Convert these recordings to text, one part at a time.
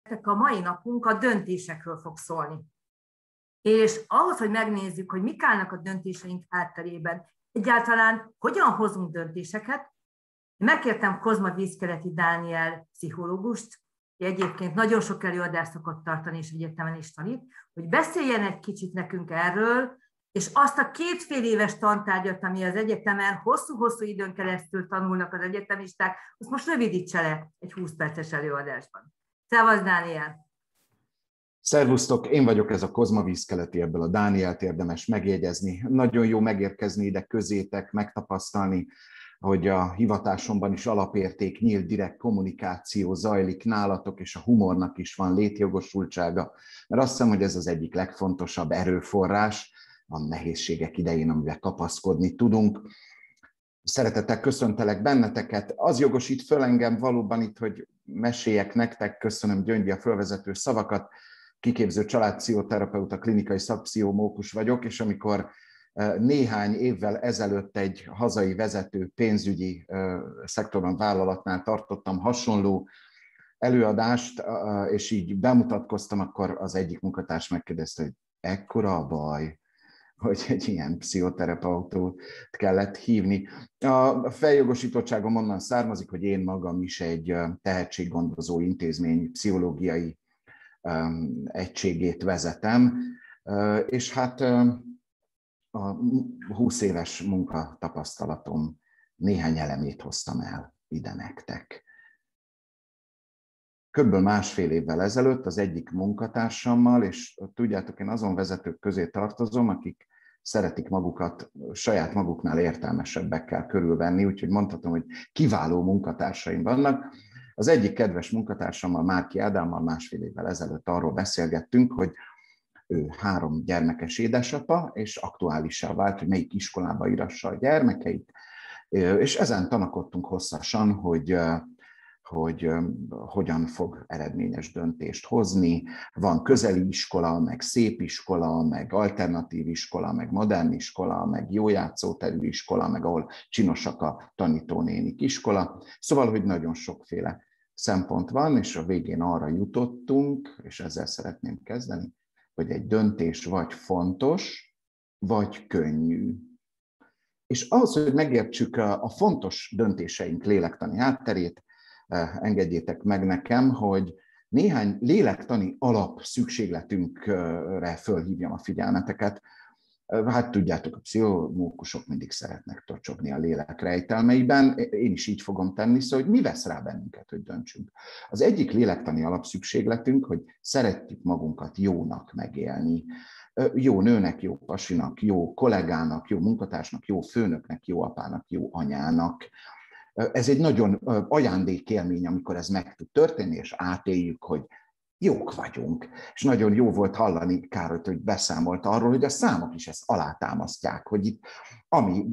a mai napunk a döntésekről fog szólni. És ahhoz, hogy megnézzük, hogy mik állnak a döntéseink hátterében, egyáltalán hogyan hozunk döntéseket, megkértem Kozma Vízkeleti Dániel pszichológust, aki egyébként nagyon sok előadást szokott tartani, és egyetemen is tanít, hogy beszéljen egy kicsit nekünk erről, és azt a 2,5 éves tantárgyat, ami az egyetemen hosszú-hosszú időn keresztül tanulnak az egyetemisták, azt most rövidítse le egy 20 perces előadásban. Szevasz, Dániel! Szervusztok, én vagyok ez a Kozma Vízkeleti, ebből a Dánielt érdemes megjegyezni. Nagyon jó megérkezni ide közétek, megtapasztalni, hogy a hivatásomban is alapérték, nyílt, direkt kommunikáció zajlik nálatok, és a humornak is van létjogosultsága, mert azt hiszem, hogy ez az egyik legfontosabb erőforrás a nehézségek idején, amivel kapaszkodni tudunk. Szeretettel köszöntelek benneteket. Az jogosít föl engem valóban itt, hogy meséljek nektek, köszönöm Gyöngyi a fölvezető szavakat, kiképző családpszichoterapeuta, klinikai szakpszichomókus vagyok, és amikor néhány évvel ezelőtt egy hazai vezető pénzügyi szektorban vállalatnál tartottam hasonló előadást, és így bemutatkoztam, akkor az egyik munkatárs megkérdezte, hogy ekkora a baj, hogy egy ilyen pszichoterapeutot kellett hívni. A feljogosítottságom onnan származik, hogy én magam is egy tehetséggondozó intézmény pszichológiai egységét vezetem, és hát a 20 éves munkatapasztalatom néhány elemét hoztam el ide nektek. Körülbelül 1,5 évvel ezelőtt az egyik munkatársammal, és tudjátok, én azon vezetők közé tartozom, akik szeretik magukat saját maguknál értelmesebbekkel körülvenni, úgyhogy mondhatom, hogy kiváló munkatársaim vannak. Az egyik kedves munkatársammal, Márki Ádámmal 1,5 évvel ezelőtt arról beszélgettünk, hogy ő 3 gyermekes édesapa, és aktuálissá vált, hogy melyik iskolába írassa a gyermekeit, és ezen tanakodtunk hosszasan, hogy hogyan fog eredményes döntést hozni. Van közeli iskola, meg szép iskola, meg alternatív iskola, meg modern iskola, meg jó játszóterű iskola, meg ahol csinosak a tanítónénik iskola. Szóval, hogy nagyon sokféle szempont van, és a végén arra jutottunk, és ezzel szeretném kezdeni, hogy egy döntés vagy fontos, vagy könnyű. És ahhoz, hogy megértsük a fontos döntéseink lélektani hátterét, engedjétek meg nekem, hogy néhány lélektani alapszükségletünkre fölhívjam a figyelmeteket. Hát tudjátok, a pszichológusok mindig szeretnek tocsogni a lélek rejtelmeiben, én is így fogom tenni, szóval hogy mi vesz rá bennünket, hogy döntsünk. Az egyik lélektani alapszükségletünk, hogy szeretjük magunkat jónak megélni. Jó nőnek, jó pasinak, jó kollégának, jó munkatársnak, jó főnöknek, jó apának, jó anyának. Ez egy nagyon ajándékélmény, amikor ez meg tud történni, és átéljük, hogy jók vagyunk. És nagyon jó volt hallani Károlyt, hogy beszámolt arról, hogy a számok is ezt alátámasztják, hogy itt ami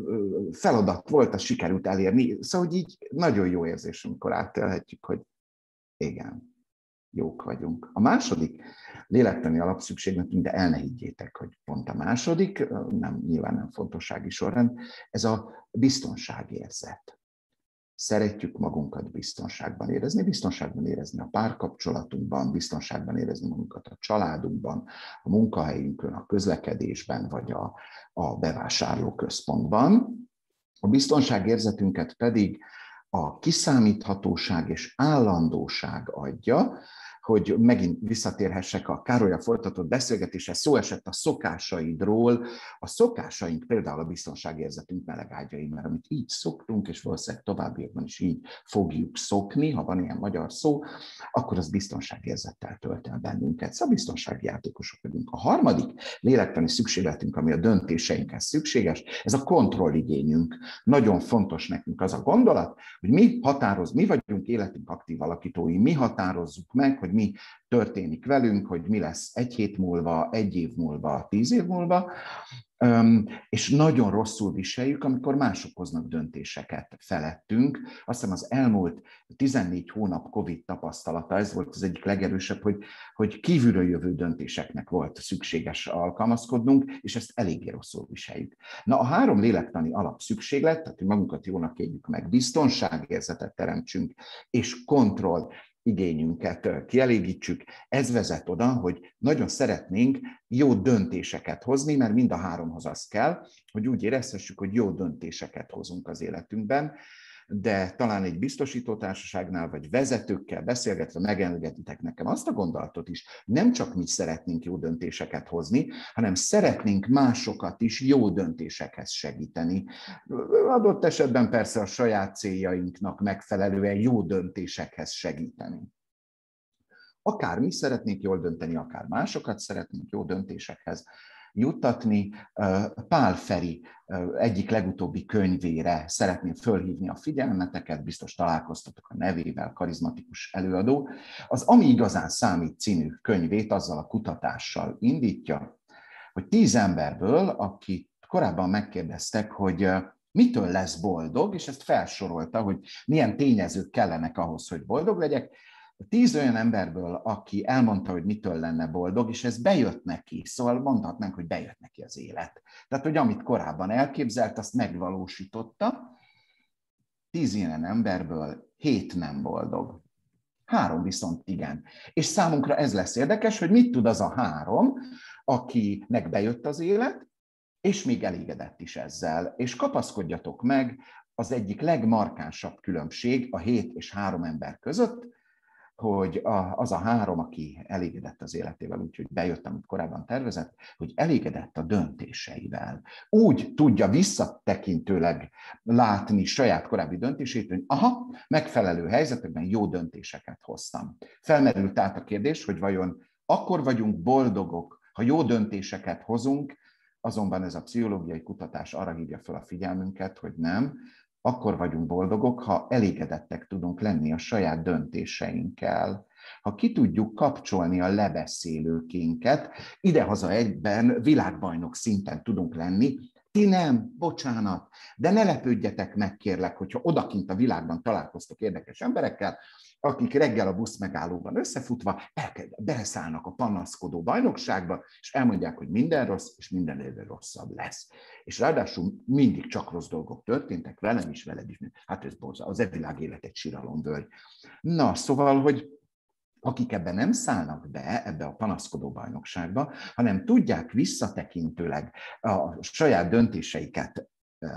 feladat volt, az sikerült elérni. Szóval, hogy így nagyon jó érzés, amikor átélhetjük, hogy igen, jók vagyunk. A második lélektani alapszükségletünk, de el ne higgyétek, hogy pont a második, nyilván nem fontossági sorrend, ez a biztonságérzet. Szeretjük magunkat biztonságban érezni a párkapcsolatunkban, biztonságban érezni magunkat a családunkban, a munkahelyünkön, a közlekedésben, vagy a bevásárlóközpontban. A biztonságérzetünket pedig a kiszámíthatóság és állandóság adja, hogy megint visszatérhessek a Károllyal folytatott beszélgetéshez, szó esett a szokásaidról. A szokásaink például a biztonságérzetünk melegágyai, mert amit így szoktunk, és valószínűleg továbbiakban is így fogjuk szokni, ha van ilyen magyar szó, akkor az biztonságérzettel tölt el bennünket. Szóval biztonsági játékosok vagyunk. A harmadik lélektani szükségletünk, ami a döntéseinkhez szükséges, ez a kontrolligényünk. Nagyon fontos nekünk az a gondolat, hogy mi vagyunk életünk aktív alakítói, mi határozzuk meg, hogy mi történik velünk, hogy mi lesz 1 hét múlva, 1 év múlva, 10 év múlva, és nagyon rosszul viseljük, amikor mások hoznak döntéseket felettünk. Azt hiszem az elmúlt 14 hónap Covid tapasztalata, ez volt az egyik legerősebb, hogy kívülről jövő döntéseknek volt szükséges alkalmazkodnunk, és ezt eléggé rosszul viseljük. Na, a 3 lélektani alapszükséglet, tehát hogy magunkat jónak éljük meg, biztonságérzetet teremtsünk, és kontroll igényünket kielégítsük. Ez vezet oda, hogy nagyon szeretnénk jó döntéseket hozni, mert mind a háromhoz az kell, hogy úgy érezhessük, hogy jó döntéseket hozunk az életünkben, de talán egy biztosítótársaságnál vagy vezetőkkel beszélgetve megengeditek nekem azt a gondolatot is, nem csak mi szeretnénk jó döntéseket hozni, hanem szeretnénk másokat is jó döntésekhez segíteni. Adott esetben persze a saját céljainknak megfelelően jó döntésekhez segíteni. Akár mi szeretnénk jól dönteni, akár másokat szeretnénk jó döntésekhez juttatni. Pál Feri egyik legutóbbi könyvére szeretném fölhívni a figyelmeteket, biztos találkoztatok a nevével, karizmatikus előadó. Az Ami igazán számít című könyvét azzal a kutatással indítja, hogy 10 emberből, akit korábban megkérdeztek, hogy mitől lesz boldog, és ezt felsorolta, hogy milyen tényezők kellenek ahhoz, hogy boldog legyek. 10 olyan emberből, aki elmondta, hogy mitől lenne boldog, és ez bejött neki, szóval mondhatnánk, hogy bejött neki az élet. Tehát, hogy amit korábban elképzelt, azt megvalósította. 10 ilyen emberből 7 nem boldog. 3 viszont igen. És számunkra ez lesz érdekes, hogy mit tud az a 3, akinek bejött az élet, és még elégedett is ezzel. És kapaszkodjatok meg, az egyik legmarkánsabb különbség a 7 és 3 ember között, hogy az a 3, aki elégedett az életével, úgyhogy bejött, amit korábban tervezett, hogy elégedett a döntéseivel. Úgy tudja visszatekintőleg látni saját korábbi döntését, hogy aha, megfelelő helyzetekben jó döntéseket hoztam. Felmerült tehát a kérdés, hogy vajon akkor vagyunk boldogok, ha jó döntéseket hozunk, azonban ez a pszichológiai kutatás arra hívja fel a figyelmünket, hogy nem, akkor vagyunk boldogok, ha elégedettek tudunk lenni a saját döntéseinkkel. Ha ki tudjuk kapcsolni a lebeszélőkénket, idehaza egyben világbajnok szinten tudunk lenni, ti nem, bocsánat, de ne lepődjetek meg, kérlek, hogyha odakint a világban találkoztok érdekes emberekkel, akik reggel a buszmegállóban összefutva beleszállnak a panaszkodó bajnokságba, és elmondják, hogy minden rossz, és minden évre rosszabb lesz. És ráadásul mindig csak rossz dolgok történtek, velem is, veled is. Hát ez az e-világ élet egy siralomvölgy. Na, szóval, hogy akik ebben nem szállnak be, ebbe a panaszkodó bajnokságba, hanem tudják visszatekintőleg a saját döntéseiket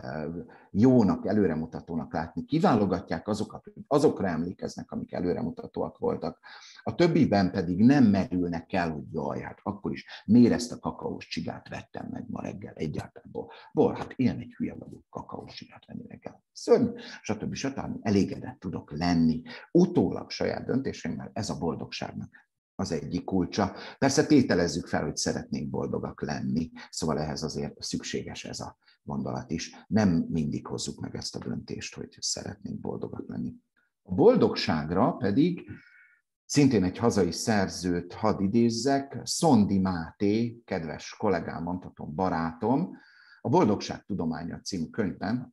jónak, előremutatónak látni, kiválogatják azokat, azokra emlékeznek, amik előremutatóak voltak. A többiben pedig nem merülnek el, hogy jaj, hát akkor is miért ezt a kakaós csigát vettem meg ma reggel egyáltalán. Hát ilyen egy hülye vagyok, kakaós csigát venni reggel. Szörny, stb. Elégedett tudok lenni. Utólag saját döntéseimmel, ez a boldogságnak az egyik kulcsa. Persze tételezzük fel, hogy szeretnénk boldogak lenni, szóval ehhez azért szükséges ez a gondolat is. Nem mindig hozzuk meg ezt a döntést, hogy szeretnénk boldogak lenni. A boldogságra pedig szintén egy hazai szerzőt hadd idézzek, Szondi Máté, kedves kollégám, mondhatom barátom, a Boldogság tudománya című könyvben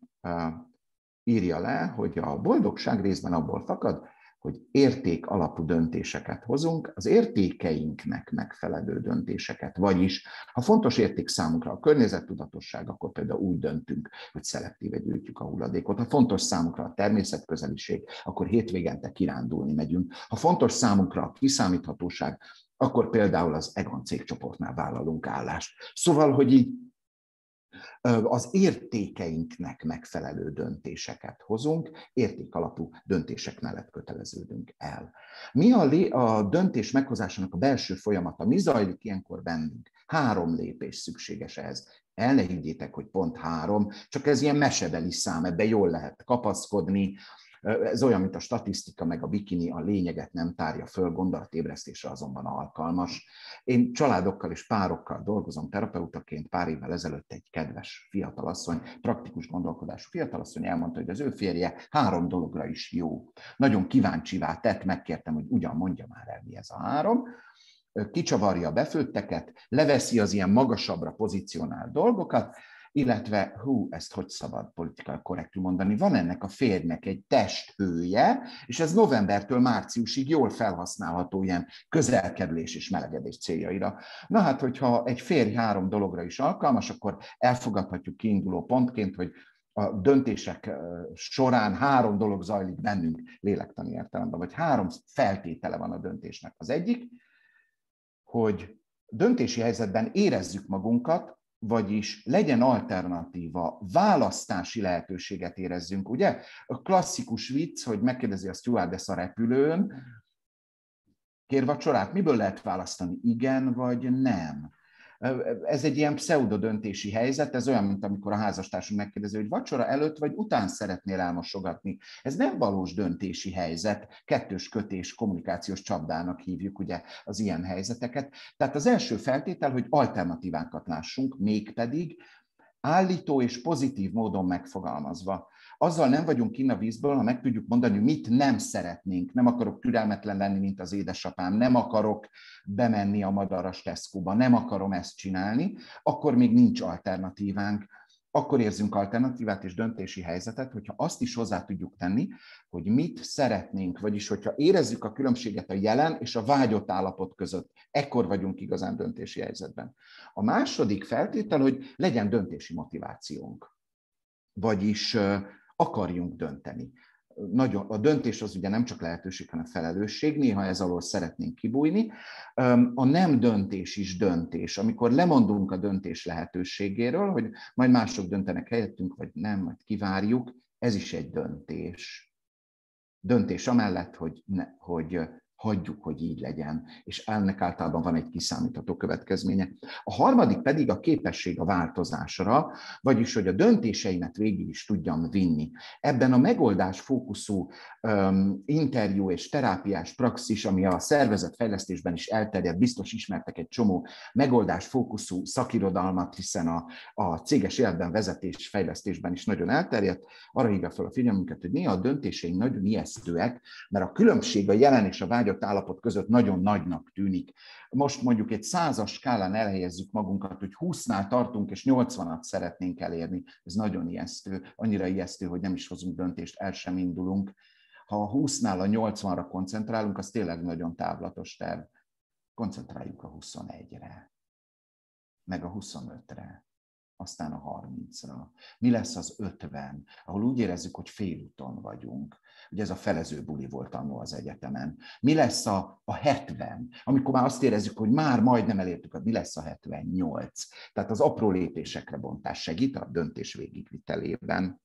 írja le, hogy a boldogság részben abból fakad, hogy érték alapú döntéseket hozunk, az értékeinknek megfelelő döntéseket. Vagyis, ha fontos érték számunkra a környezettudatosság, akkor például úgy döntünk, hogy szelektíve gyűjtjük a hulladékot. Ha fontos számunkra a természetközeliség, akkor hétvégente kirándulni megyünk. Ha fontos számunkra a kiszámíthatóság, akkor például az Egon cégcsoportnál vállalunk állást. Szóval, hogy így az értékeinknek megfelelő döntéseket hozunk, értékalapú döntések mellett köteleződünk el. Mi a döntés meghozásának a belső folyamata? Mi zajlik ilyenkor bennünk? 3 lépés szükséges ehhez. El ne higgyétek, hogy pont 3, csak ez ilyen mesebeli szám, ebbe jól lehet kapaszkodni. Ez olyan, mint a statisztika, meg a bikini, a lényeget nem tárja föl, gondolatébresztésre azonban alkalmas. Én családokkal és párokkal dolgozom terapeutaként, pár évvel ezelőtt egy kedves fiatalasszony, praktikus gondolkodású fiatalasszony elmondta, hogy az ő férje 3 dologra is jó. Nagyon kíváncsivá tett, megkértem, hogy ugyan mondja már el, mi ez a 3. Kicsavarja a befőtteket, leveszi az ilyen magasabbra pozícionált dolgokat, illetve, ezt hogy szabad politikai korrektül mondani, van ennek a férjnek egy testhője, és ez novembertől márciusig jól felhasználható ilyen közelkerülés és melegedés céljaira. Na hát, hogyha egy férj 3 dologra is alkalmas, akkor elfogadhatjuk kiinduló pontként, hogy a döntések során 3 dolog zajlik bennünk lélektani értelemben, vagy 3 feltétele van a döntésnek. Az egyik, hogy döntési helyzetben érezzük magunkat, vagyis legyen alternatíva, választási lehetőséget érezzünk, ugye? A klasszikus vicc, hogy megkérdezi a stewardess a repülőn, kér vacsorát, miből lehet választani, igen vagy nem? Ez egy ilyen pseudodöntési helyzet, ez olyan, mint amikor a házastársunk megkérdezi, hogy vacsora előtt vagy után szeretnél elmosogatni. Ez nem valós döntési helyzet, kettős kötés, kommunikációs csapdának hívjuk ugye az ilyen helyzeteket. Tehát az első feltétel, hogy alternatívákat lássunk, mégpedig állító és pozitív módon megfogalmazva. Azzal nem vagyunk kinn a vízből, ha meg tudjuk mondani, mit nem szeretnénk. Nem akarok türelmetlen lenni, mint az édesapám, nem akarok bemenni a madaras Tesco-ba, nem akarom ezt csinálni, akkor még nincs alternatívánk. Akkor érzünk alternatívát és döntési helyzetet, hogyha azt is hozzá tudjuk tenni, hogy mit szeretnénk, vagyis hogyha érezzük a különbséget a jelen és a vágyott állapot között, ekkor vagyunk igazán döntési helyzetben. A második feltétel, hogy legyen döntési motivációnk, vagyis akarjunk dönteni. A döntés az ugye nem csak lehetőség, hanem felelősség, néha ez alól szeretnénk kibújni. A nem döntés is döntés, amikor lemondunk a döntés lehetőségéről, hogy majd mások döntenek helyettünk, vagy nem, majd kivárjuk, ez is egy döntés. Döntés amellett, hogy hagyjuk, hogy így legyen, és ennek általában van egy kiszámítható következménye. A harmadik pedig a képesség a változásra, vagyis, hogy a döntéseimet végig is tudjam vinni. Ebben a megoldás fókuszú interjú és terápiás praxis, ami a szervezetfejlesztésben is elterjedt, biztos ismertek egy csomó megoldás fókuszú szakirodalmat, hiszen a céges életben vezetés fejlesztésben is nagyon elterjedt, arra hívja fel a figyelmünket, hogy néha a döntéseink nagyon ijesztőek, mert a különbség a jelen és a vágyott állapot között nagyon nagynak tűnik. Most mondjuk egy 100-as skálán elhelyezzük magunkat, hogy 20-nál tartunk, és 80-at szeretnénk elérni. Ez nagyon ijesztő, annyira ijesztő, hogy nem is hozunk döntést, el sem indulunk. Ha a 20-nál a 80-ra koncentrálunk, az tényleg nagyon távlatos terv. Koncentráljuk a 21-re, meg a 25-re, aztán a 30-ra. Mi lesz az 50, ahol úgy érezzük, hogy félúton vagyunk. Ugye ez a felező buli volt annó az egyetemen. Mi lesz a 70, amikor már azt érezzük, hogy már majdnem elértük, mi lesz a 78. Tehát az apró lépésekre bontás segít a döntés végigvitelében.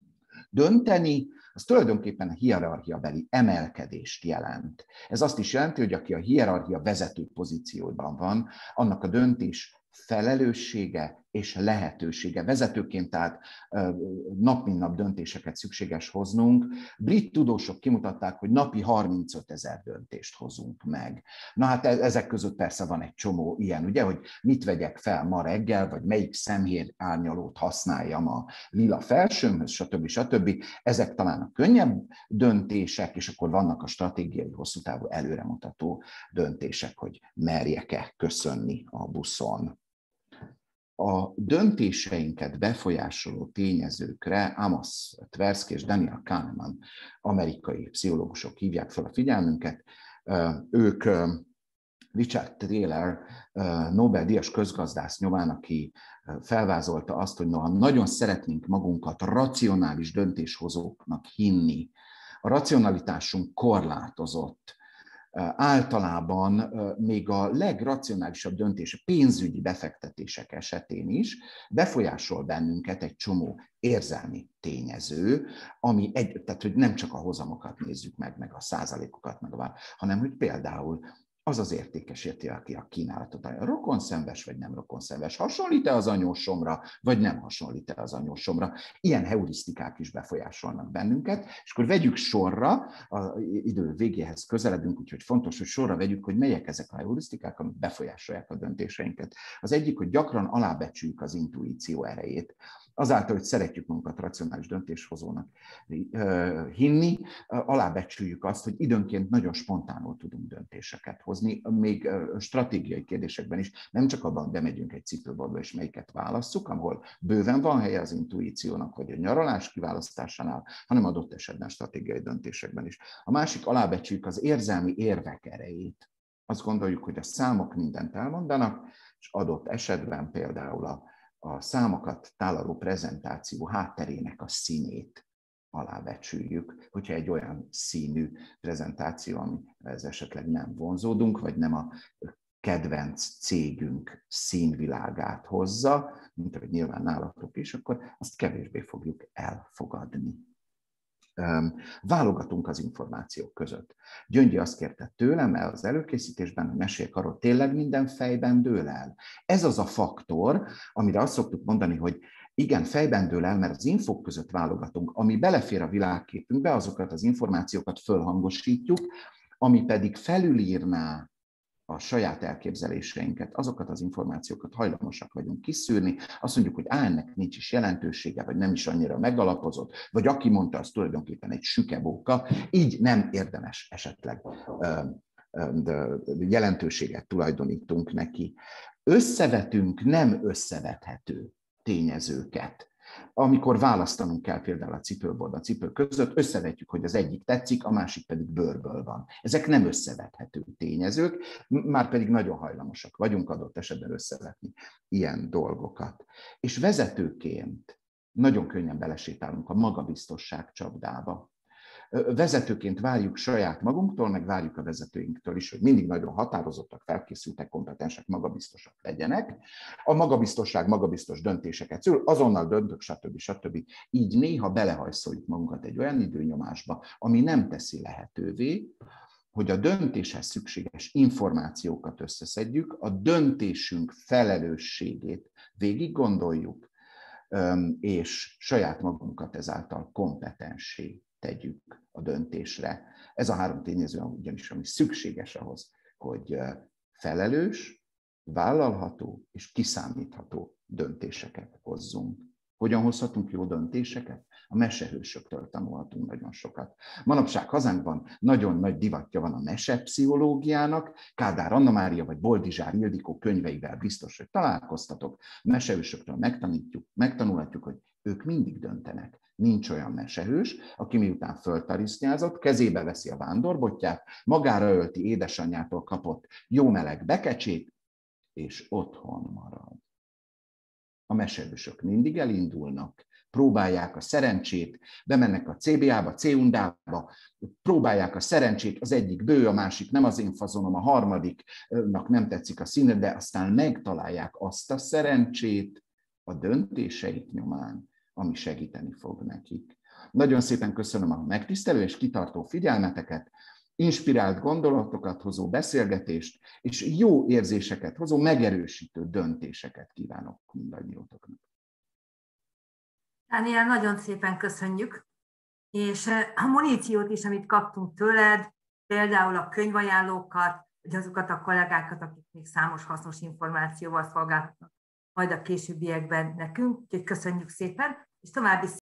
Dönteni, az tulajdonképpen a hierarchiabeli emelkedést jelent. Ez azt is jelenti, hogy aki a hierarchia vezető pozícióban van, annak a döntés felelőssége és lehetősége. Vezetőként tehát nap mint nap döntéseket szükséges hoznunk. Brit tudósok kimutatták, hogy napi 35 000 döntést hozunk meg. Na hát ezek között persze van egy csomó ilyen, ugye, hogy mit vegyek fel ma reggel, vagy melyik szemhér árnyalót használjam a lila felsőmhöz, stb. Ezek talán a könnyebb döntések, és akkor vannak a stratégiai, hosszú távú előremutató döntések, hogy merjek-e köszönni a buszon. A döntéseinket befolyásoló tényezőkre Amos Tversky és Daniel Kahneman, amerikai pszichológusok hívják fel a figyelmünket. Ők Richard Thaler, Nobel-díjas közgazdász nyomán, aki felvázolta azt, hogy noha nagyon szeretnénk magunkat racionális döntéshozóknak hinni, a racionalitásunk korlátozott, általában még a legracionálisabb döntés, pénzügyi befektetések esetén is befolyásol bennünket egy csomó érzelmi tényező, tehát hogy nem csak a hozamokat nézzük meg a százalékokat, hanem hogy például az az értékesíti, aki a kínálatot adja. Rokonszenves vagy nem rokonszenves? Hasonlít-e az anyósomra, vagy nem hasonlít-e az anyósomra? Ilyen heurisztikák is befolyásolnak bennünket, és akkor vegyük sorra, az idő végéhez közeledünk, úgyhogy fontos, hogy sorra vegyük, hogy melyek ezek a heurisztikák, amik befolyásolják a döntéseinket. Az egyik, hogy gyakran alábecsüljük az intuíció erejét. Azáltal, hogy szeretjük magunkat racionális döntéshozónak hinni, alábecsüljük azt, hogy időnként nagyon spontánul tudunk döntéseket hozni, még stratégiai kérdésekben is, nem csak abban, hogy bemegyünk egy cipőboltba, és melyiket válasszuk, ahol bőven van helye az intuíciónak, vagy a nyaralás kiválasztásánál, hanem adott esetben stratégiai döntésekben is. A másik, alábecsüljük az érzelmi érvek erejét. Azt gondoljuk, hogy a számok mindent elmondanak, és adott esetben például a számokat tálaló prezentáció hátterének a színét alábecsüljük, hogyha egy olyan színű prezentáció, amihez esetleg nem vonzódunk, vagy nem a kedvenc cégünk színvilágát hozza, mint ahogy nyilván nálatok is, akkor azt kevésbé fogjuk elfogadni. Válogatunk az információk között. Gyöngyi azt kérte tőlem az előkészítésben, hogy meséljek arról, tényleg minden fejben dől el. Ez az a faktor, amire azt szoktuk mondani, hogy igen, fejben dől el, mert az infók között válogatunk, ami belefér a világképünkbe, azokat az információkat fölhangosítjuk, ami pedig felülírná a saját elképzeléseinket, azokat az információkat hajlamosak vagyunk kiszűrni, azt mondjuk, hogy ennek nincs is jelentősége, vagy nem is annyira megalapozott, vagy aki mondta, az tulajdonképpen egy sükebóka, így nem érdemes esetleg jelentőséget tulajdonítunk neki. Összevetünk nem összevethető tényezőket. Amikor választanunk kell például a cipőből a cipő között, összevetjük, hogy az egyik tetszik, a másik pedig bőrből van. Ezek nem összevethető tényezők, már pedig nagyon hajlamosak vagyunk adott esetben összevetni ilyen dolgokat. És vezetőként nagyon könnyen belesétálunk a magabiztosság csapdába. Vezetőként várjuk saját magunktól, meg várjuk a vezetőinktől is, hogy mindig nagyon határozottak, felkészültek, kompetensek, magabiztosak legyenek. A magabiztosság magabiztos döntéseket szül, azonnal döntök, stb. Így néha belehajszoljuk magunkat egy olyan időnyomásba, ami nem teszi lehetővé, hogy a döntéshez szükséges információkat összeszedjük, a döntésünk felelősségét végig gondoljuk, és saját magunkat ezáltal kompetenssé tegyük a döntésre. Ez a három tényező ugyanis, ami szükséges ahhoz, hogy felelős, vállalható és kiszámítható döntéseket hozzunk. Hogyan hozhatunk jó döntéseket? A mesehősöktől tanulhatunk nagyon sokat. Manapság hazánkban nagyon nagy divatja van a mesepszichológiának, Kádár Anna Mária vagy Boldizsár Ildikó könyveivel biztos, hogy találkoztatok. Mesehősöktől megtanulhatjuk, hogy ők mindig döntenek. Nincs olyan mesehős, aki miután föltarisznyázott, kezébe veszi a vándorbotját, magára ölti édesanyjától kapott jó meleg bekecsét, és otthon marad. A mesehősök mindig elindulnak, próbálják a szerencsét, bemennek a CBA-ba, C-undába, próbálják a szerencsét, az egyik bő, a másik nem az én fazonom, a harmadiknak nem tetszik a színe, de aztán megtalálják azt a szerencsét a döntéseik nyomán, ami segíteni fog nekik. Nagyon szépen köszönöm a megtisztelő és kitartó figyelmeteket, inspirált gondolatokat hozó beszélgetést, és jó érzéseket hozó, megerősítő döntéseket kívánok mindannyiótoknak. Dániel, nagyon szépen köszönjük, és a muníciót is, amit kaptunk tőled, például a könyvajánlókat, vagy azokat a kollégákat, akik még számos hasznos információval szolgáltatnak majd a későbbiekben nekünk, úgyhogy köszönjük szépen, és további